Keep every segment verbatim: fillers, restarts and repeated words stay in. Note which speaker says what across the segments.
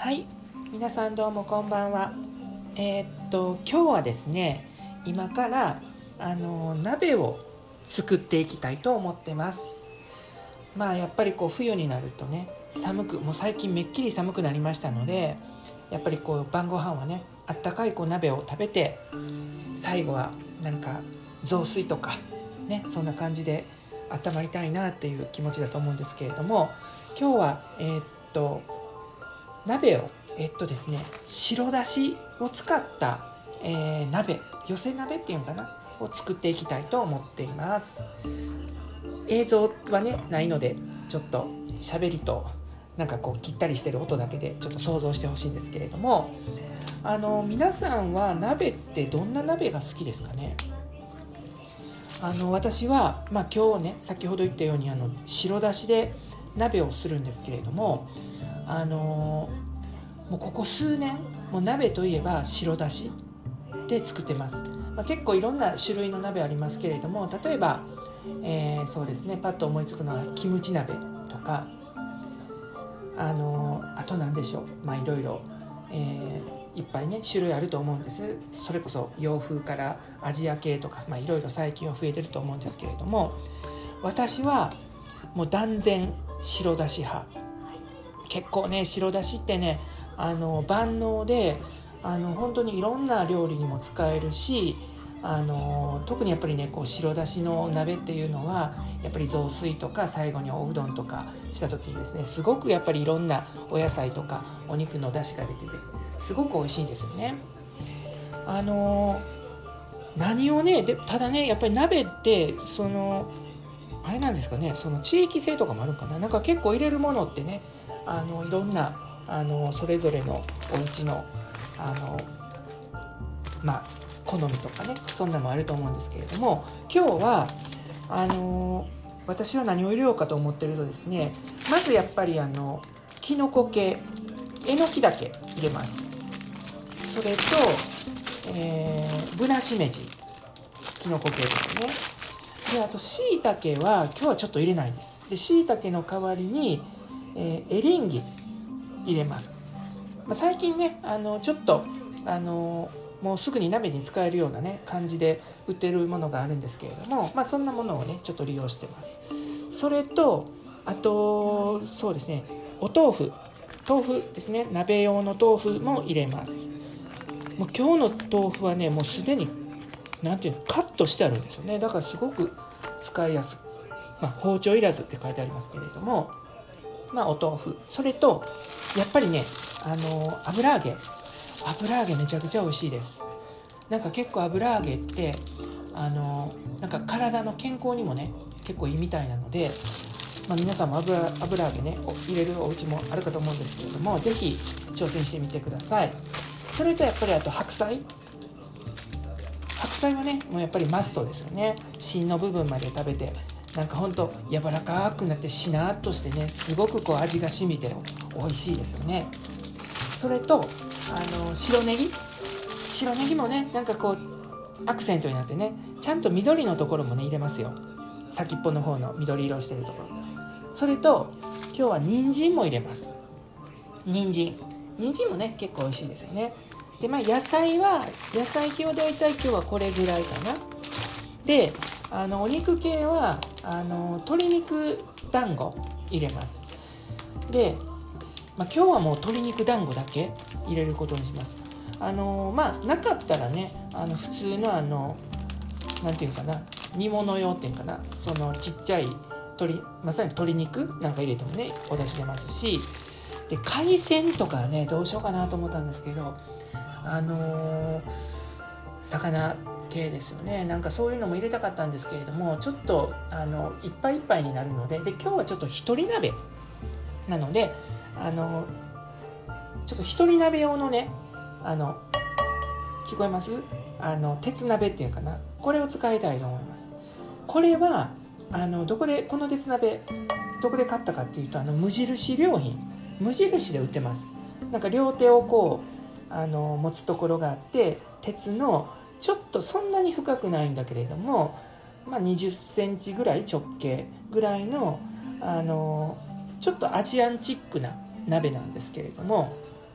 Speaker 1: はい、皆さんどうもこんばんは。えー、っと今日はですね、今からあの鍋を作っていきたいと思ってます。まあやっぱりこう冬になるとね、寒くもう最近めっきり寒くなりましたので、やっぱりこう晩ご飯はね、あったかいこう鍋を食べて、最後はなんか雑炊とかね、そんな感じで温まりたいなっていう気持ちだと思うんですけれども、今日はえー、っと鍋をえっとですね白だしを使った、えー、鍋寄せ鍋っていうのかなを作っていきたいと思っています。映像はねないので、ちょっと喋りとなんかこう切ったりしてる音だけでちょっと想像してほしいんですけれども、あの皆さんは鍋ってどんな鍋が好きですかね。あの私は、まあ、今日ね先ほど言ったようにあの白だしで鍋をするんですけれども、あのもうここ数年もう鍋といえば白だしで作ってます。まあ、結構いろんな種類の鍋ありますけれども、例えば、えー、そうですねパッと思いつくのはキムチ鍋とか、あのあと何でしょう、まあいろいろ、えー、いっぱいね種類あると思うんです。それこそ洋風からアジア系とか、まあいろいろ最近は増えてると思うんですけれども、私はもう断然白だし派。結構ね白だしってねあの万能で、あの本当にいろんな料理にも使えるし、あの特にやっぱりねこう白だしの鍋っていうのはやっぱり雑炊とか最後におうどんとかした時にですね、すごくやっぱりいろんなお野菜とかお肉の出汁が出ててすごく美味しいんですよね。あの何をねでただねやっぱり鍋ってそのあれなんですかね、その地域性とかもあるかな。なんか結構入れるものってね、あのいろんなあのそれぞれのお家のあのまあ好みとかね、そんなのもあると思うんですけれども、今日はあの私は何を入れようかと思ってるとですね、まずやっぱりあのきのこ系えのきだけ入れます。それと、えー、ぶなしめじきのこ系ですね。であとしいたけは今日はちょっと入れないんです。でしいたけの代わりに、えー、エリンギ入れます。まあ、最近ねあのちょっとあのもうすぐに鍋に使えるようなね感じで売ってるものがあるんですけれども、まあ、そんなものをねちょっと利用してます。それとあとそうですね、お豆腐豆腐ですね、鍋用の豆腐も入れます。もう今日の豆腐はねもうすでになんていうのカットしてあるんですよね。だからすごく使いやすい、まあ、包丁いらずって書いてありますけれども、まあお豆腐、それとやっぱりねあの油揚げ油揚げめちゃくちゃ美味しいです。なんか結構油揚げってあのなんか体の健康にもね結構いいみたいなので、まあ、皆さんも 油, 油揚げね入れるお家もあるかと思うんですけれども、ぜひ挑戦してみてください。それとやっぱりあと白菜白菜はねもうやっぱりマストですよね。芯の部分まで食べてなんかほんと柔らかくなってしなっとしてね、すごくこう味が染みて美味しいですよね。それとあの白ネギ白ネギもねなんかこうアクセントになってね、ちゃんと緑のところもね入れますよ。先っぽの方の緑色してるところ。それと今日は人参も入れます。人参人参もね結構美味しいですよね。でまあ野菜は野菜系はだいたい今日はこれぐらいかな。であのお肉系はあの鶏肉団子入れます。でまあ、今日はもう鶏肉団子だけ入れることにします。あのまあなかったらねあの普通のあのなんていうかな煮物用っていうかな、そのちっちゃい鶏まさに鶏肉なんか入れてもねお出汁出ますし、で海鮮とかねどうしようかなと思ったんですけど、あのー、魚系ですよね。なんかそういうのも入れたかったんですけれども、ちょっとあのいっぱいいっぱいになるので、で今日はちょっと一人鍋なので、あのちょっと一人鍋用のねあの聞こえます？あの鉄鍋っていうかな、これを使いたいと思います。これはあのどこでこの鉄鍋どこで買ったかっていうと、あの無印良品無印で売ってます。なんか両手をこうあの持つところがあって、鉄のちょっとそんなに深くないんだけれども、まあ、にじゅっセンチぐらい直径ぐらいのあのちょっとアジアンチックな鍋なんですけれども、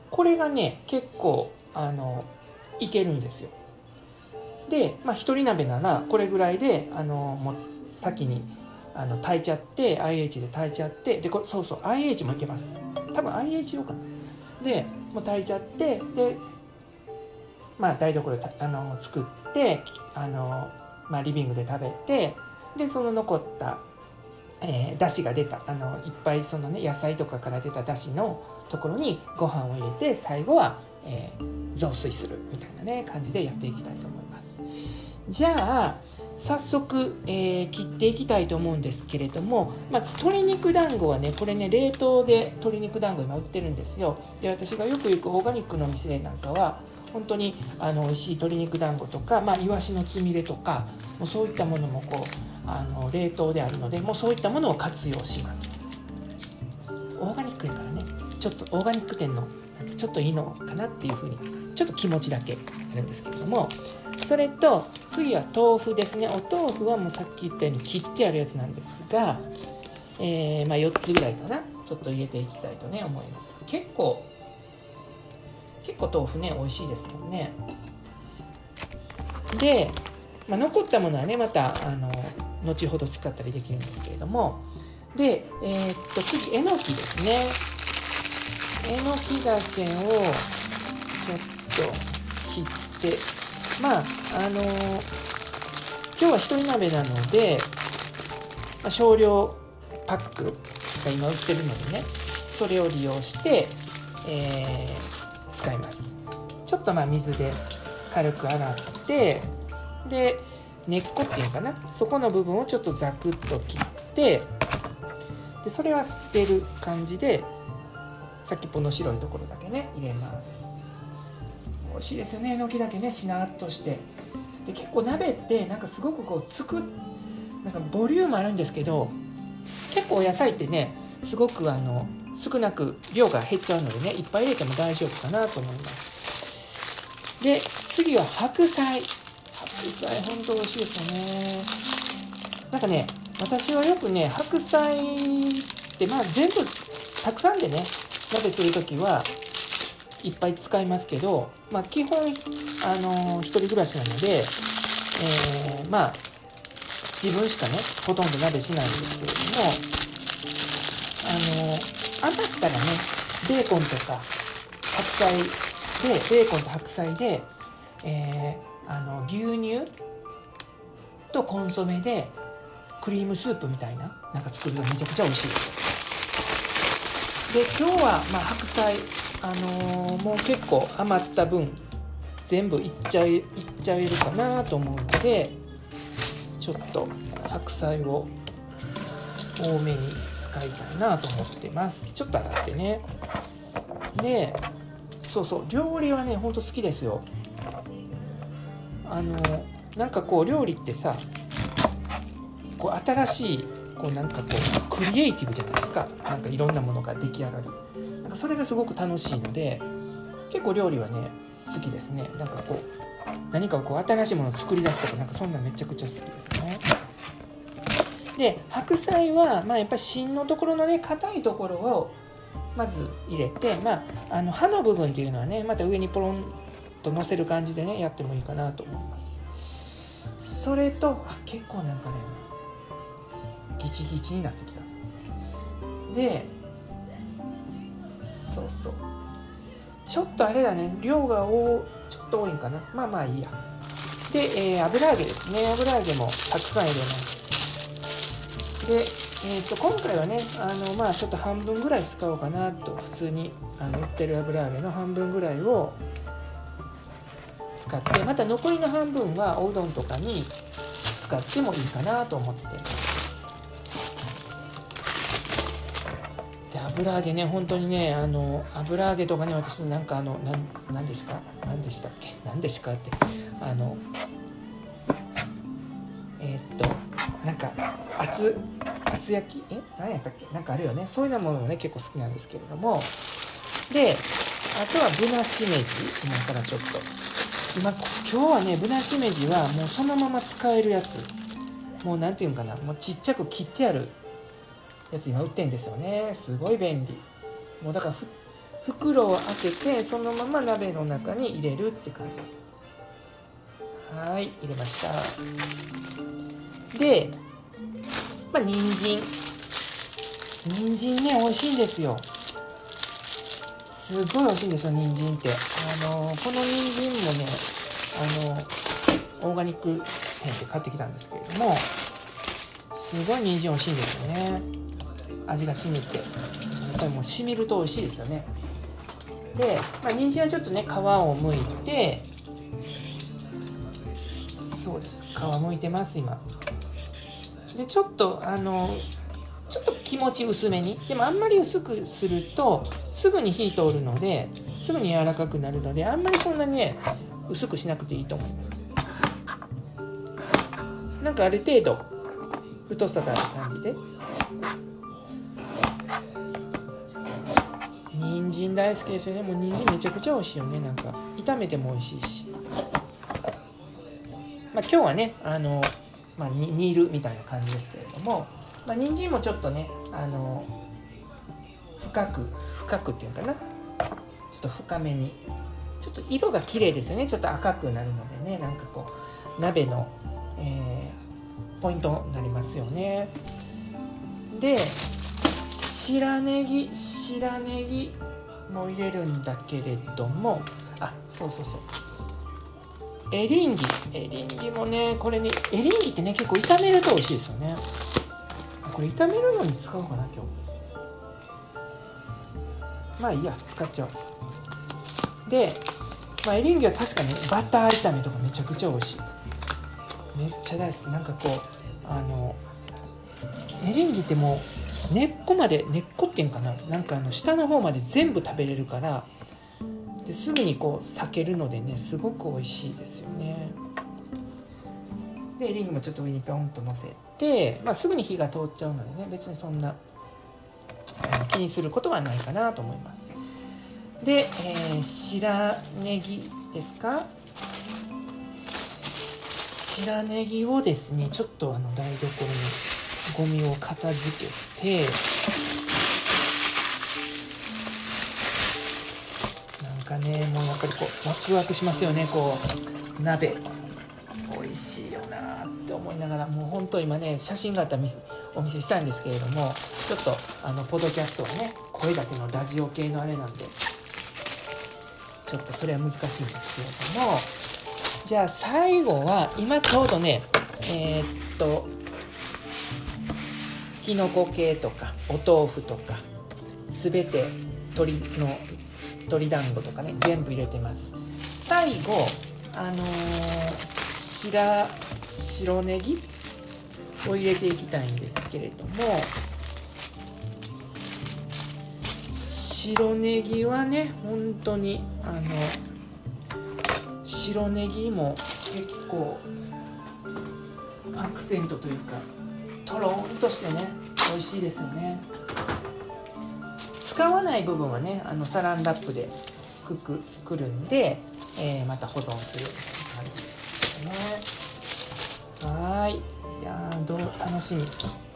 Speaker 1: これがね結構あのいけるんですよ。で、まあ、一人鍋ならこれぐらいであのもう先にあの炊いちゃって アイエイチ で炊いちゃって、でこれそうそう アイエイチ もいけます。多分 アイエイチ 用かな。でもう炊いちゃって、でまあ台所であの作ってあの、まあ、リビングで食べて、でその残ったえー、だしが出たあのいっぱいそのね野菜とかから出ただしのところにご飯を入れて、最後は、えー、雑炊するみたいなね感じでやっていきたいと思います。じゃあ早速、えー、切っていきたいと思うんですけれども、まあ、鶏肉団子はねこれね冷凍で鶏肉団子今売ってるんですよ。で私がよく行くオーガニックの店なんかは本当にあの美味しい鶏肉団子とか、まあ、イワシのつみれとかもうそういったものもこうあの冷凍であるので、もうそういったものを活用します。オーガニックやからね、ちょっとオーガニック店のちょっといいのかなっていうふうにちょっと気持ちだけあるんですけれども、それと次は豆腐ですね。お豆腐はもうさっき言ったように切ってあるやつなんですが、えーまあ、よっつぐらいかなちょっと入れていきたいとね思います。結構結構豆腐ね美味しいですもんね。で、まあ、残ったものはねまたあの後ほど使ったりできるんですけれども、で、えー、っと次えのきですね。えのきだけをちょっと切って、まああの今日は一人鍋なので、まあ、少量パックが今売ってるのでね、それを利用して、えー、使います。ちょっとまあ水で軽く洗って、で根っこっていうかな、そこの部分をちょっとザクッと切って、でそれは捨てる感じで先っぽの白いところだけね入れます。美味しいですよね、えのきだけねしなっとして。で結構鍋ってなんかすごくこうつくなんかボリュームあるんですけど、結構お野菜ってねすごくあの少なく量が減っちゃうのでね、いっぱい入れても大丈夫かなと思います。で次は白菜。白菜本当美味しいですよね。なんかね私はよくね白菜ってまあ全部たくさんでね鍋するときはいっぱい使いますけど、まあ基本あの一人暮らしなので、えー、まあ自分しかねほとんど鍋しないんですけれども、あの余ったらねベーコンとか白菜でベーコンと白菜で、えーあの牛乳とコンソメでクリームスープみたいななんか作るとめちゃくちゃ美味しいです。で今日はまあ白菜、あのー、もう結構余った分全部いっちゃい、いっちゃえるかなと思うので、ちょっと白菜を多めに使いたいなと思ってます。ちょっと洗ってね。でそうそう料理はねほんと好きですよ。あのなんかこう料理ってさこう新しいこうなんかこうクリエイティブじゃないですか。なんかいろんなものが出来上がる、なんかそれがすごく楽しいので結構料理はね好きですね。なんかこう何かをこう新しいものを作り出すとかなんかそんなめちゃくちゃ好きですね。で白菜はまあやっぱり芯のところのね硬いところをまず入れて、まああの葉の部分っていうのはねまた上にポロンと乗せる感じでねやってもいいかなと思います。それとあ結構なんかねギチギチになってきた。でそうそうちょっとあれだね量が多ちょっと多いんかな。まあまあいいや。で、えー、油揚げですね。油揚げもたくさん入れます。で、えー、と今回はねあのまあちょっと半分ぐらい使おうかなと。普通にあの売ってる油揚げの半分ぐらいを使って、また残りの半分はおうどんとかに使ってもいいかなと思ってます。で油揚げね本当にねあの油揚げとかね私なんかあのなんなんですかなんでしたっけなんですかってあのえー、っとなんか厚厚焼きえ何やったっけなんかあるよね。そういうようなものもね結構好きなんですけれども、であとはぶなしめじ今からちょっと今今日はねぶなしめじはもうそのまま使えるやつ、もうなんていうんかなもうちっちゃく切ってあるやつ今売ってんですよね。すごい便利。もうだからふ普袋を開けてそのまま鍋の中に入れるって感じです。はい、入れました。で、まあ人参人参ね、美味しいんですよ。すごい美味しいんですよ、人参って。あのこの人参もね、あのオーガニック店で買ってきたんですけれども、すごい人参美味しいんですよね。味が染みて、やっぱりもう染みると美味しいですよね。で、まあ、人参はちょっとね、皮を剥いて、そうです、皮剥いてます今。で、ちょっとあのちょっと気持ち薄めに、でもあんまり薄くするとすぐに火通るので、すぐに柔らかくなるので、あんまりそんなにね薄くしなくていいと思います。なんかある程度太さがある感じで。人参大好きですよね。もう人参めちゃくちゃ美味しいよね。なんか炒めても美味しいし、まあ、今日はねあの、まあ、煮るみたいな感じですけれども、まあ、人参もちょっとねあの深く深くっていうかな、ちょっと深めに、ちょっと色が綺麗ですよね。ちょっと赤くなるのでね、なんかこう鍋の、えー、ポイントになりますよね。で、白ネギ白ネギも入れるんだけれども、あ、そうそうそう、エリンギエリンギもね、これね、エリンギってね結構炒めると美味しいですよね。これ炒めるのに使おうかな今日。まあいいや、使っちゃおう。で、まあ、エリンギは確かにバター炒めとかめちゃくちゃ美味しい。めっちゃ大好き。なんかこうあのエリンギってもう根っこまで、根っこっていうかな、なんかあの下の方まで全部食べれるから、ですぐにこう裂けるのでね、すごく美味しいですよね。でエリンギもちょっと上にピョンと乗せて、まあ、すぐに火が通っちゃうのでね、別にそんな気にすることはないかなと思います。で、えー、白ネギですか。白ネギをですね、ちょっとあの台所にゴミを片付けて、なんかね、もうやっぱりこうワクワクしますよね。こう鍋美味しいよなって思いながら、もう本当今ね写真があったらお見せしたいんですけれども、ちょっとあのポッドキャストはね声だけのラジオ系のあれなんでちょっとそれは難しいんですけれども、じゃあ最後は今ちょうどねえー、っときのこ系とかお豆腐とかすべて鶏の鶏団子とかね全部入れてます。最後あのー白, 白ネギを入れていきたいんですけれども、白ネギはね本当にあの白ネギも結構アクセントというかとろんとしてね美味しいですよね。使わない部分はねあのサランラップでくくくるんで、えー、また保存する感じですね。はい、いやーどう楽しみ。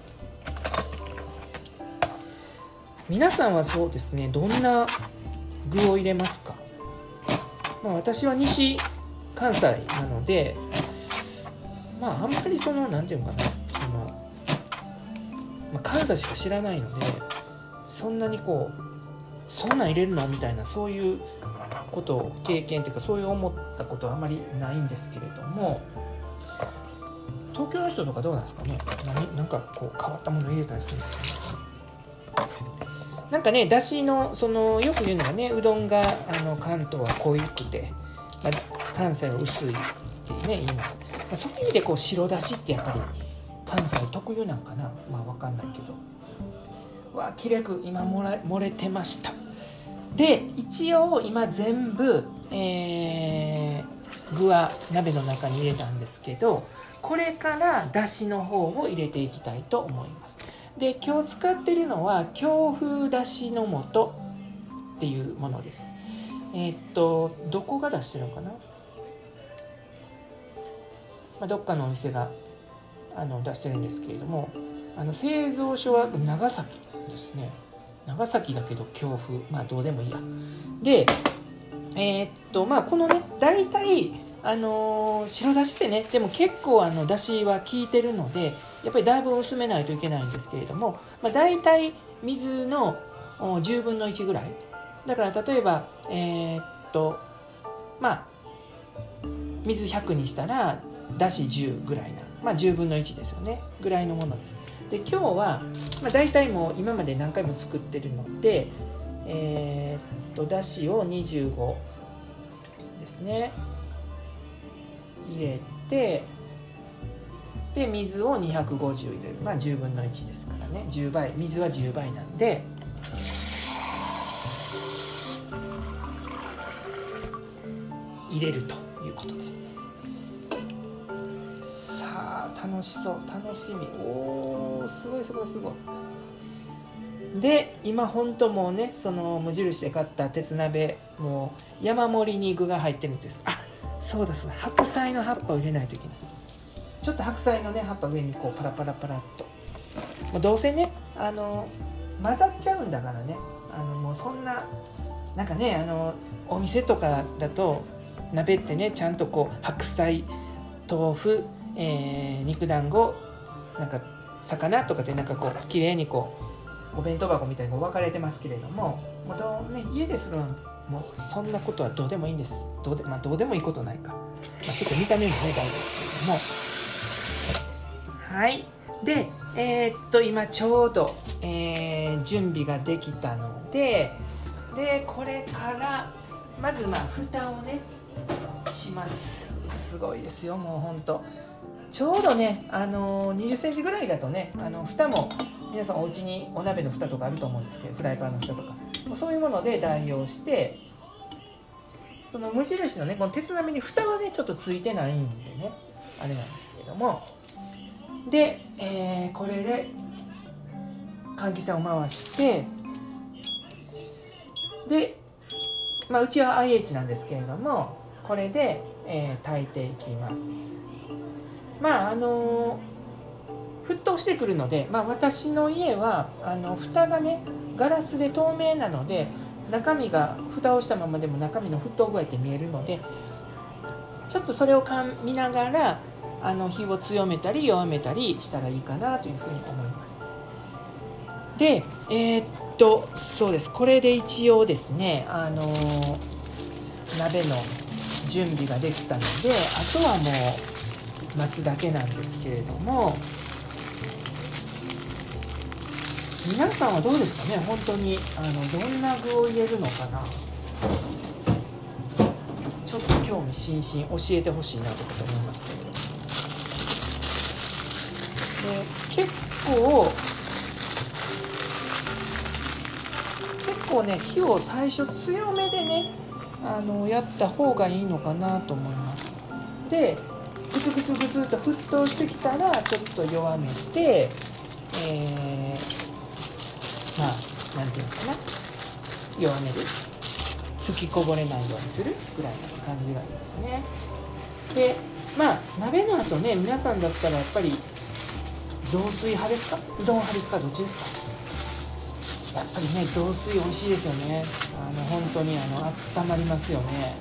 Speaker 1: 皆さんはそうですね、どんな具を入れますか。まあ、私は西関西なので、まああんまりそのなんていうのかな、その、まあ、関西しか知らないので、そんなにこうそんなん入れるのみたいな、そういうことを経験というかそういう思ったことはあんまりないんですけれども、東京の人とかどうなんですかね。何なんかこう変わったもの入れたりするんですかね。なんかね、だしのそのよく言うのがね、うどんがあの関東は濃くて、まあ、関西は薄いってね言います。まあ、そういう意味でこう白だしってやっぱり関西特有なんかな、まあ分かんないけど。わ、きれく今漏れ、漏れてました。で一応今全部、えー、具は鍋の中に入れたんですけど、これからだしの方を入れていきたいと思います。で今日使ってるのは京風だしの素っていうものです。えー、っとどこが出してるのかな、まあ、どっかのお店があの出してるんですけれども、あの製造所は長崎ですね。 長崎だけど強風、まあどうでもいいや。でえー、っとまあこのね大体あのー、白だしってねでも結構あのだしは効いてるのでやっぱりだいぶ薄めないといけないんですけれども、まあ、大体水のじゅうぶんのいちぐらいだから例えばえー、っとまあ水ひゃくにしたらだしじゅうぐらいな、まあじゅうぶんのいちですよねぐらいのものです。で今日は、まあ、大体もう今まで何回も作ってるのでえー、っとだしをにじゅうごですね入れて、で水をにひゃくごじゅう入れる、まあじゅうぶんのいちですからね、じゅうばい、水はじゅうばいなんで入れるということです。さあ楽しそう、楽しみ、おーすごいすごいすごい。で今ほんともうねその無印で買った鉄鍋もう山盛りに具が入ってるんです。あ、そうだそうだ、白菜の葉っぱを入れないといけない。ちょっと白菜のね葉っぱ上にこうパラパラパラっと、もうどうせねあの混ざっちゃうんだからね、あのもうそんななんかねあのお店とかだと鍋ってねちゃんとこう白菜、豆腐、えー、肉団子、なんか魚とかってなんかこう綺麗にこうお弁当箱みたいに分かれてますけれども、もうどう、ね、家でするのもうそんなことはどうでもいいんです。どうで、まあ、どうでもいいことないか、まあ、ちょっと見た目もね大事ですけれども、はい。で、えー、っと今ちょうど、えー、準備ができたので、でこれからまずまあ蓋をねします。すごいですよもうほんと。ちょうどね、あのー、にじゅっセンチぐらいだとね、あの蓋も皆さんお家にお鍋の蓋とかあると思うんですけど、フライパンの蓋とかそういうもので代用して、その無印のねこの鉄鍋に蓋はねちょっとついてないんでねあれなんですけれども、で、えー、これで換気扇を回して、で、まあ、うちは アイエイチ なんですけれどもこれで、えー、炊いていきます。まああのー、沸騰してくるので、まあ、私の家はあの蓋がねガラスで透明なので中身が蓋をしたままでも中身の沸騰具合って見えるので、ちょっとそれを見ながらあの火を強めたり弱めたりしたらいいかなというふうに思います。でえー、っとそうです、これで一応ですねあのー、鍋の準備ができたので、あとはもう待つだけなんですけれども、皆さんはどうですかね、本当にあのどんな具を入れるのかな、ちょっと興味津々教えてほしいなと思いますけれども、で結構結構ね火を最初強めでねあのやった方がいいのかなと思います。でグツグツグツと沸騰してきたらちょっと弱めて、えーまあ、なんていうのかな、弱める、吹きこぼれないようにするぐらいの感じがいいですね。で、まあ鍋の後ね、皆さんだったらやっぱり雑炊派ですか、うどん派ですか、どっちですか。やっぱりね雑炊美味しいですよね。あの本当にあの温まりますよね。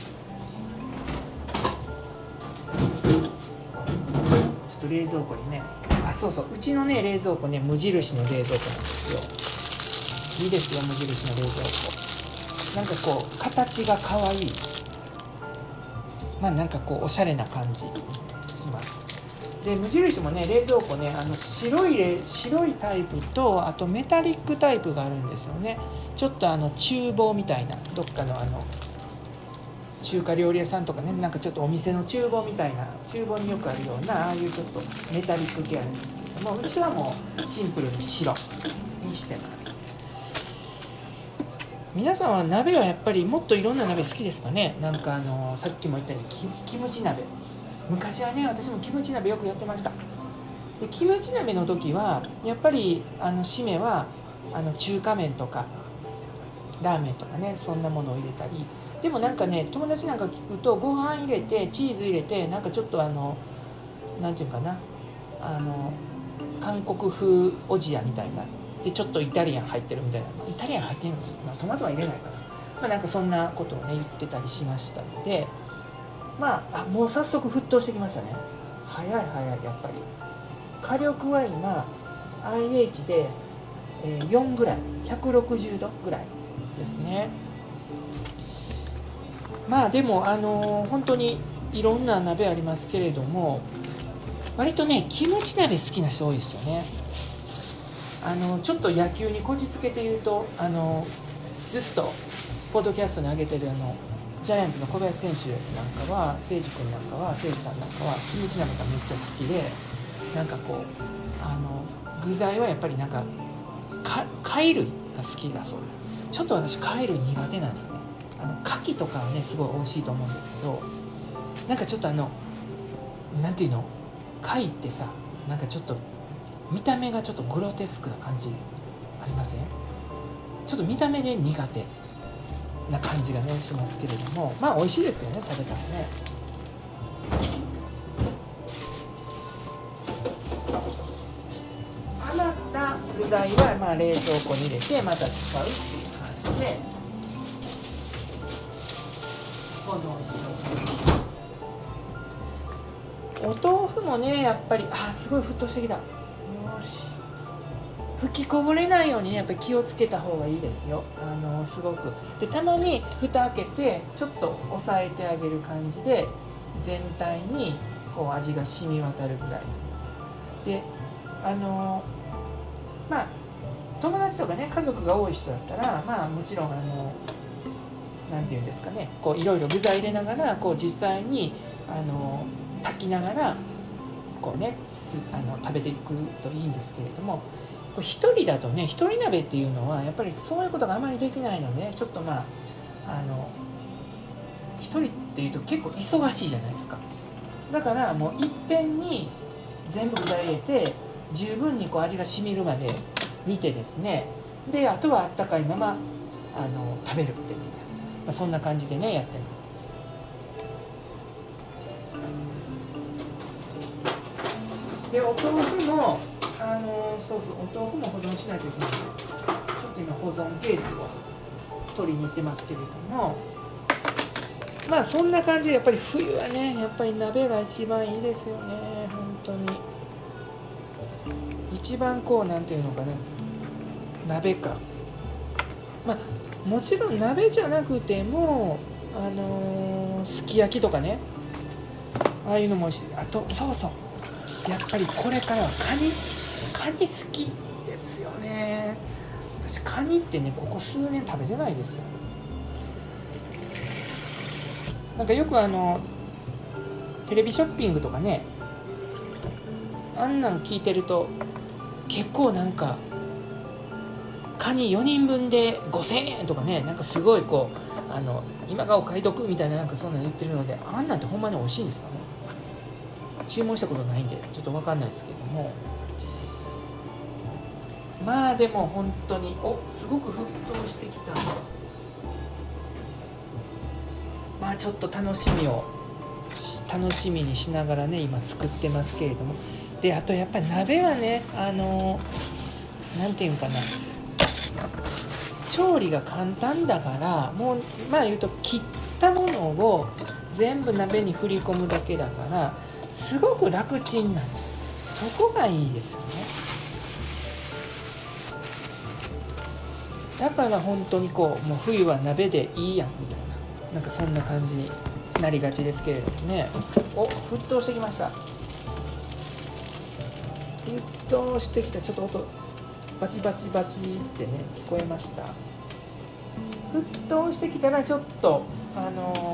Speaker 1: ちょっと冷蔵庫にね、あ、そうそう、うちのね冷蔵庫ね無印の冷蔵庫なんですよ。いいですよ無印の冷蔵庫。なんかこう形が可愛い、まあなんかこうおしゃれな感じします。で無印もね冷蔵庫ねあの白いレ白いタイプとあとメタリックタイプがあるんですよね。ちょっとあの厨房みたいな、どっかのあの中華料理屋さんとかね、なんかちょっとお店の厨房みたいな、厨房によくあるようなああいうちょっとメタリック系あるんですけども、うちはもうシンプルに白にしてます。皆さんは鍋はやっぱりもっといろんな鍋好きですかね。なんかあのさっきも言ったように キ, キムチ鍋、昔はね私もキムチ鍋よくやってました。でキムチ鍋の時はやっぱりあの締めはあの中華麺とかラーメンとかね、そんなものを入れたり、でもなんかね友達なんか聞くとご飯入れてチーズ入れてなんかちょっとあのなんていうかな、あの韓国風おじやみたいなでちょっとイタリアン入ってるみたいな、イタリアン入ってるのかな、まあ、トマトは入れないかな、まあ、なんかそんなことをね言ってたりしましたので、まあ、あもう早速沸騰してきましたね。早い早い。やっぱり火力は今 アイエイチ でよんぐらい、ひゃくろくじゅうどぐらいですね。まあでもあのー、本当にいろんな鍋ありますけれども、割とねキムチ鍋好きな人多いですよね。あのちょっと野球にこじつけて言うと、あのずっとポッドキャストに上げてるあのジャイアンツの小林選手なんかは、誠司君なんかは、誠司さんなんかはキムチ鍋がめっちゃ好きで、なんかこうあの具材はやっぱりなんかか貝類が好きだそうです。ちょっと私貝類苦手なんですよね。あの牡蠣とかはねすごい美味しいと思うんですけど、なんかちょっとあのなんていうの、貝ってさ、なんかちょっと見た目がちょっとグロテスクな感じありません？ちょっと見た目で苦手な感じがねしますけれども、まあ美味しいですけどね、食べたらね。余った具材はまあ冷凍庫に入れてまた使うっていう感じで保存しておきます。お豆腐もねやっぱり、あ、すごい沸騰してきた。よし、吹きこぼれないようにねやっぱり気をつけた方がいいですよ。あのすごくで、たまに蓋開けてちょっと押さえてあげる感じで全体にこう味が染み渡るぐらいで、あのまあ友達とかね家族が多い人だったら、まあもちろんあのなんていうんですかね、こういろいろ具材入れながらこう実際にあの炊きながらこうねあの食べていくといいんですけれども、一人だとね、一人鍋っていうのはやっぱりそういうことがあまりできないので、ちょっとまああの一人っていうと結構忙しいじゃないですか。だからもういっぺんに全部具材入れて十分にこう味が染みるまで煮てですね、であとはあったかいままあの食べるってみたいな、まあ、そんな感じでねやってます。でお豆腐もあのそうそう、お豆腐も保存しないといけないので、ちょっと今保存ケースを取りに行ってますけれども、まあそんな感じでやっぱり冬はねやっぱり鍋が一番いいですよね。本当に一番こうなんていうのかな、鍋か、まあもちろん鍋じゃなくてもあのー、すき焼きとかね、ああいうのも美味しい。あとそうそう、やっぱりこれからはカニカニ好きですよね。私カニってねここ数年食べてないですよ。なんかよくあのテレビショッピングとかね、あんなん聞いてると結構なんかカニよにんぶんでごせんえんとかね、なんかすごいこうあの今がお買い得みたいな、なんかそんなの言ってるので、あんなんてほんまに美味しいんですかね。注文したことないんでちょっと分かんないですけども、まあでも本当におすごく沸騰してきた。まあちょっと楽しみを楽しみにしながらね今作ってますけれども、であとやっぱり鍋はね、あのなんていうんかな、調理が簡単だから、もうまあ言うと切ったものを全部鍋に振り込むだけだからすごく楽ちんなの。そこがいいですよね。だから本当にこうもう冬は鍋でいいやんみたいな、なんかそんな感じになりがちですけれどもね。お、沸騰してきました。沸騰してきた。ちょっと音バチバチバチってね聞こえました。沸騰してきたらちょっとあの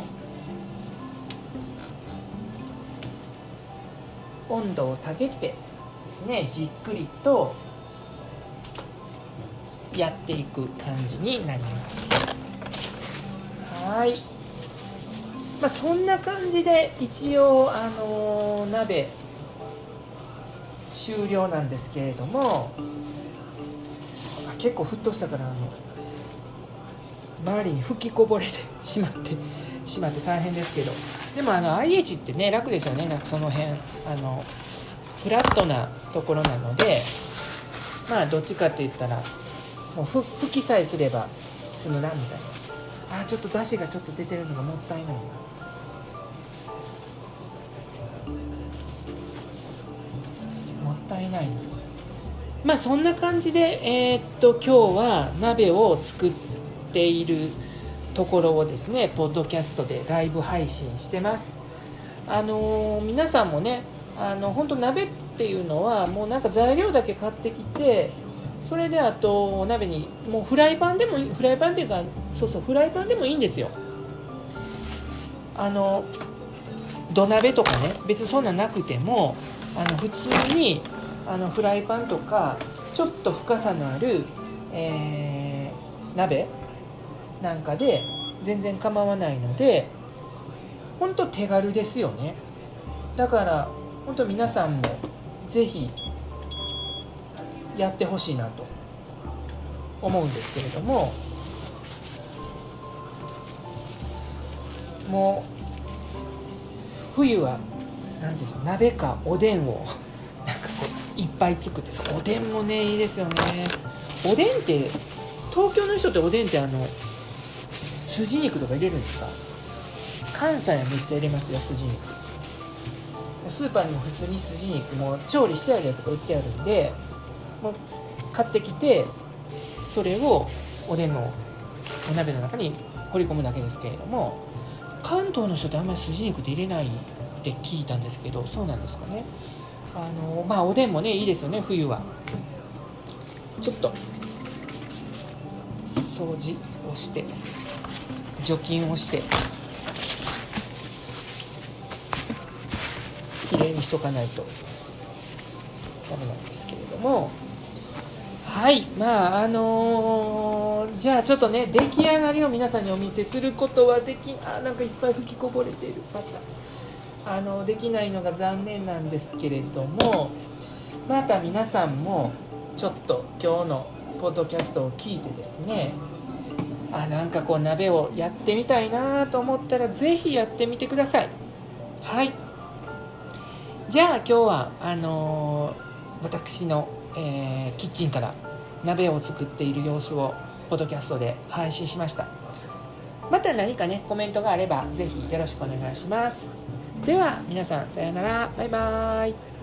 Speaker 1: 温度を下げてですね、じっくりとやっていく感じになります。はい、まあ、そんな感じで一応あの鍋終了なんですけれども、結構沸騰したからあの周りに吹きこぼれてしまってしまって大変ですけど、でもあの アイエイチ ってね楽ですよね。なんかその辺あのフラットなところなのでまあどっちかって言ったらもうふ拭きさえすれば済むなみたいな。あーちょっと出汁がちょっと出てるのがもったいないな。もったいないな。まあそんな感じでえー、っと今日は鍋を作っているところをですねポッドキャストでライブ配信してます。あのー、皆さんもねあの本当鍋っていうのはもうなんか材料だけ買ってきて、それであとお鍋にもうフライパンでもフライパンっていうかそうそうフライパンでもいいんですよ。あの土鍋とかね別にそんななくてもあの普通にあのフライパンとかちょっと深さのある、えー、鍋なんかで全然構わないので本当手軽ですよね。だから本当皆さんもぜひやってほしいなと思うんですけれども、もう冬は何ていうの鍋かおでんをなんかこういっぱい作って、おでんもねいいですよね。おでんって東京の人っておでんってあの筋肉とか入れるんですか？関西はめっちゃ入れますよ筋肉。スーパーにも普通に筋肉も調理してあるやつが売ってあるんで、もう買ってきてそれをおでんのお鍋の中に放り込むだけですけれども、関東の人ってあんまり筋肉って入れないって聞いたんですけど、そうなんですかね。あのまあおでんもねいいですよね。冬はちょっと掃除をして除菌をしてきれいにしとかないとダメなんですけれども、はいまああのー、じゃあちょっとね出来上がりを皆さんにお見せすることはできあなんかいっぱい吹きこぼれているパターンあのできないのが残念なんですけれども、また皆さんもちょっと今日のポッドキャストを聞いてですね、あなんかこう鍋をやってみたいなと思ったらぜひやってみてください。はいじゃあ今日はあのー、私の、えー、キッチンから鍋を作っている様子をポッドキャストで配信しました。また何かねコメントがあればぜひよろしくお願いします。では皆さんさようなら、バイバイ。